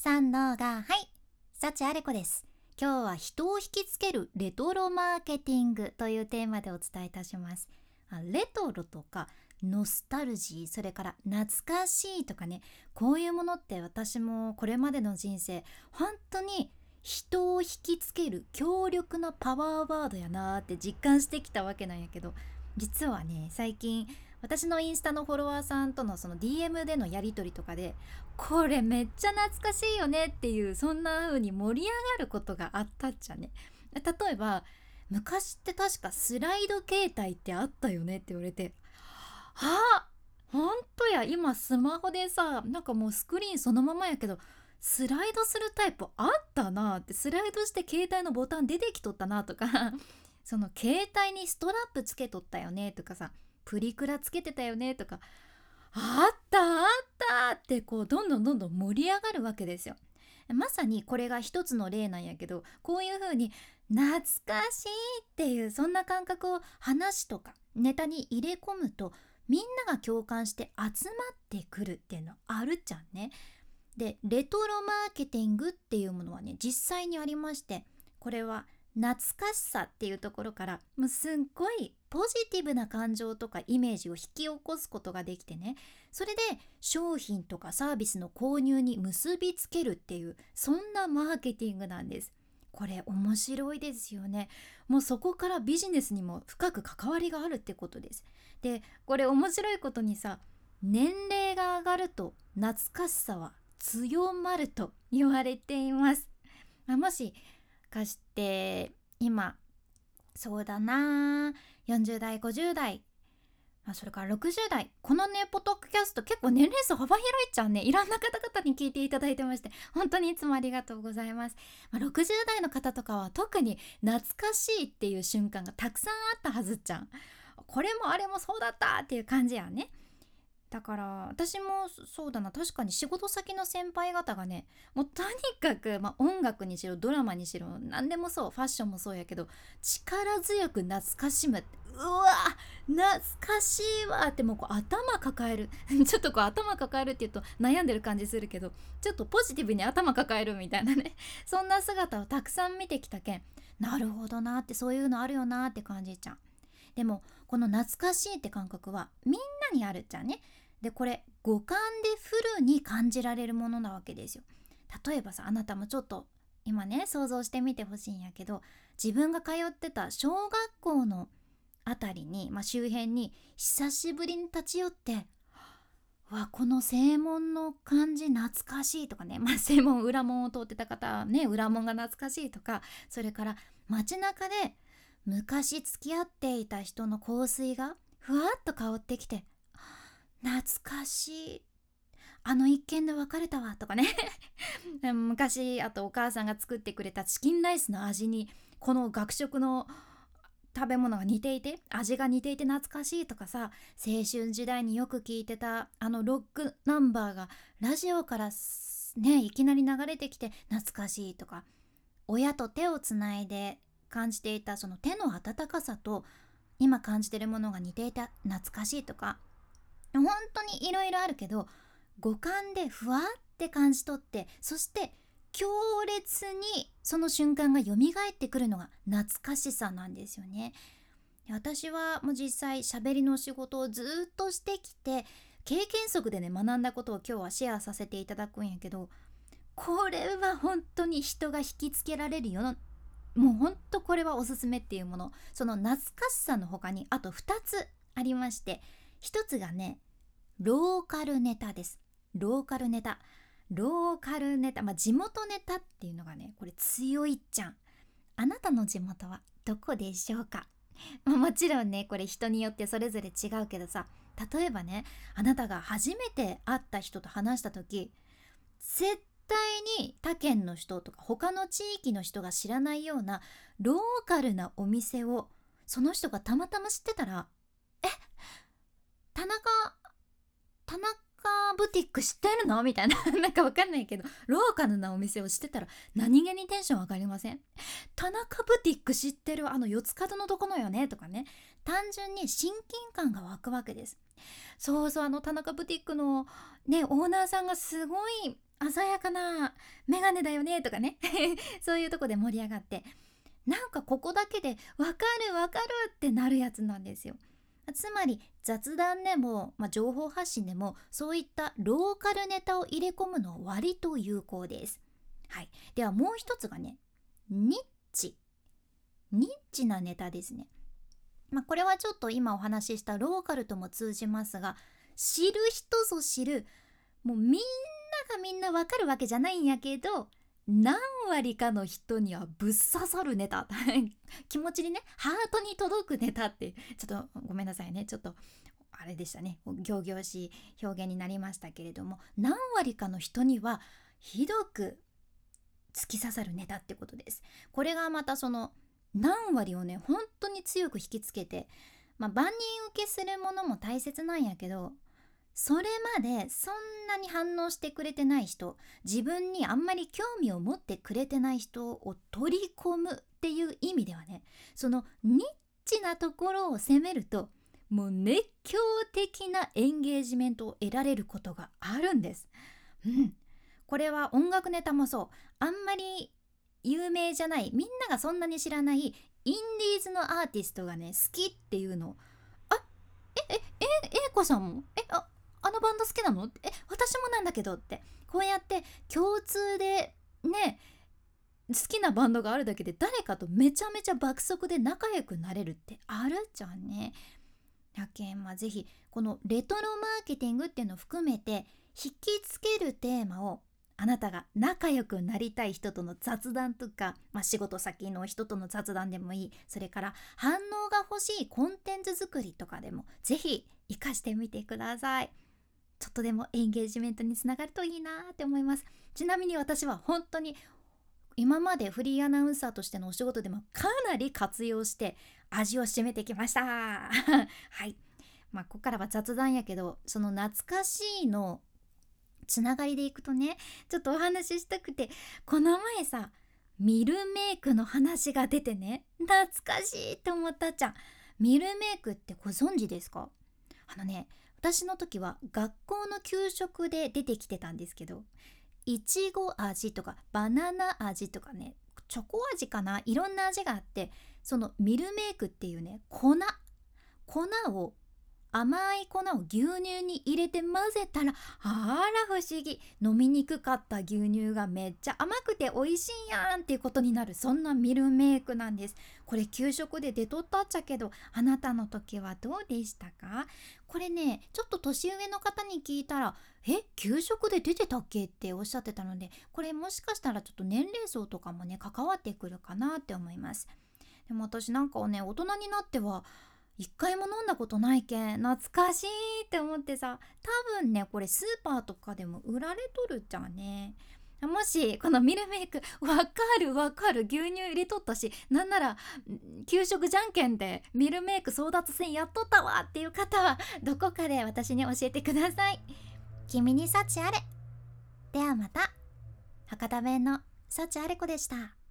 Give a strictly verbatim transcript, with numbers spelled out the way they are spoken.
三のがはい、幸あれ子です。今日は人を引きつけるレトロマーケティングというテーマでお伝えいたします。あレトロとかノスタルジー、それから懐かしいとかね、こういうものって私もこれまでの人生本当に人を引きつける強力なパワーワードやなーって実感してきたわけなんやけど、実はね最近私のインスタのフォロワーさんとのその ディーエム でのやり取りとかで、これめっちゃ懐かしいよねっていう、そんな風に盛り上がることがあったっちゃね。例えば昔って確かスライド携帯ってあったよねって言われて、あ、ほんとや、今スマホでさ、なんかもうスクリーンそのままやけどスライドするタイプあったなって、スライドして携帯のボタン出てきとったなとかその携帯にストラップつけとったよねとかさ、プリクラつけてたよねとか、あったあったってこうどんどんどんどん盛り上がるわけですよ。まさにこれが一つの例なんやけど、こういう風に懐かしいっていうそんな感覚を話とかネタに入れ込むと、みんなが共感して集まってくるっていうのあるじゃんね。でレトロマーケティングっていうものはね実際にありまして、これは懐かしさっていうところからもうすっごいポジティブな感情とかイメージを引き起こすことができてね、それで商品とかサービスの購入に結びつけるっていう、そんなマーケティングなんです。これ面白いですよね。もうそこからビジネスにも深く関わりがあるってことです。でこれ面白いことにさ、年齢が上がると懐かしさは強まると言われています。まあ、もしかして今そうだなよんじゅう代ごじゅう代、まあ、それからろくじゅう代、このねポッドキャスト結構年齢層幅広いっちゃうね。いろんな方々に聞いていただいてまして、本当にいつもありがとうございます。まあ、ろくじゅう代の方とかは特に懐かしいっていう瞬間がたくさんあったはずっちゃん。これもあれもそうだったっていう感じやね。だから私もそうだな、確かに仕事先の先輩方がね、もうとにかく、まあ、音楽にしろドラマにしろ何でもそう、ファッションもそうやけど、力強く懐かしむ、うわ懐かしいわってもうこう頭抱えるちょっとこう頭抱えるって言うと悩んでる感じするけど、ちょっとポジティブに頭抱えるみたいなねそんな姿をたくさん見てきたけん、なるほどなって、そういうのあるよなって感じちゃう。でもこの懐かしいって感覚はみんなにあるっちゃね。でこれ五感でフルに感じられるものなわけですよ。例えばさ、あなたもちょっと今ね想像してみてほしいんやけど、自分が通ってた小学校のあたりに、まあ、周辺に久しぶりに立ち寄って、わこの正門の感じ懐かしいとかね、まあ、正門裏門を通ってた方はね裏門が懐かしいとか、それから街中で昔付き合っていた人の香水がふわっと香ってきて、懐かしい、あの一件で別れたわとかね昔あとお母さんが作ってくれたチキンライスの味にこの学食の食べ物が似ていて、味が似ていて懐かしいとかさ、青春時代によく聴いてたあのロックナンバーがラジオからねいきなり流れてきて懐かしいとか、親と手をつないで感じていたその手の温かさと今感じてるものが似ていた懐かしいとか、本当にいろいろあるけど、五感でふわって感じ取って、そして強烈にその瞬間が蘇ってくるのが懐かしさなんですよね。私はもう実際喋りの仕事をずっとしてきて、経験則でね学んだことを今日はシェアさせていただくんやけど、これは本当に人が引きつけられるよう、もう本当これはおすすめっていうもの、その懐かしさの他にあとふたつありまして、ひとつがねローカルネタです。ローカルネタローカルネタ、まあ、地元ネタっていうのがねこれ強いっちゃん。あなたの地元はどこでしょうか。まあもちろんねこれ人によってそれぞれ違うけどさ、例えばねあなたが初めて会った人と話した時、絶対に他県の人とか他の地域の人が知らないようなローカルなお店をその人がたまたま知ってたら、え田中田中ブティック知ってるのみたいななんかわかんないけどローカルなお店を知ってたら何気にテンション上がりません？田中ブティック知ってる、あの四つ角のとこのよねとかね、単純に親近感が湧くわけです。そうそう、あの田中ブティックのねオーナーさんがすごい鮮やかなメガネだよねとかねそういうとこで盛り上がって、なんかここだけでわかるわかるってなるやつなんですよ。つまり雑談でも、まあ、情報発信でもそういったローカルネタを入れ込むのは割と有効です。はい、ではもう一つがね、ニッチニッチなネタですね。まあ、これはちょっと今お話ししたローカルとも通じますが、知る人ぞ知る、もうみんながみんなわかるわけじゃないんやけど、何割かの人にはぶっ刺さるネタ気持ちにね、ハートに届くネタって、ちょっとごめんなさいね、ちょっとあれでしたね、仰々しい表現になりましたけれども、何割かの人にはひどく突き刺さるネタってことです。これがまたその何割をね本当に強く引きつけて、まあ、万人受けするものも大切なんやけど、それまでそんなに反応してくれてない人、自分にあんまり興味を持ってくれてない人を取り込むっていう意味ではね、そのニッチなところを攻めると、もう熱狂的なエンゲージメントを得られることがあるんです。うん、これは音楽ネタもそう、あんまり有名じゃない、みんながそんなに知らないインディーズのアーティストがね好きっていうの、あええええいこさんもえああのバンド好きなの、え私もなんだけどって、こうやって共通でね好きなバンドがあるだけで誰かとめちゃめちゃ爆速で仲良くなれるってあるじゃんね。やけん、まあ、ぜひこのレトロマーケティングっていうのを含めて引きつけるテーマを、あなたが仲良くなりたい人との雑談とか、まあ、仕事先の人との雑談でもいい、それから反応が欲しいコンテンツ作りとかでもぜひ活かしてみてください。ちょっとでもエンゲージメントにつながるといいなって思います。ちなみに私は本当に今までフリーアナウンサーとしてのお仕事でもかなり活用して味を占めてきましたはい、まあここからは雑談やけど、その懐かしいのつながりでいくとね、ちょっとお話ししたくて、この前さミルメイクの話が出てね、懐かしいって思ったじゃん。ミルメイクってご存知ですか？あのね、私の時は学校の給食で出てきてたんですけど、いちご味とかバナナ味とかね、チョコ味かな、いろんな味があって、そのミルメイクっていうね粉粉を甘い粉を牛乳に入れて混ぜたら、あら不思議、飲みにくかった牛乳がめっちゃ甘くて美味しいやんっていうことになる、そんなミルメイクなんです。これ給食で出とったっちゃけど、あなたの時はどうでしたか？これねちょっと年上の方に聞いたら、え給食で出てたっけっておっしゃってたので、これもしかしたらちょっと年齢層とかもね関わってくるかなって思います。でも私なんかをね大人になっては一回も飲んだことないけん懐かしいって思ってさ、多分ねこれスーパーとかでも売られとるじゃんね。もしこのミルメイクわかるわかる、牛乳入れとったし、なんなら給食じゃんけんでミルメイク争奪戦やっとったわっていう方はどこかで私に教えてください。君に幸あれ。ではまた。博多弁の幸あれ子でした。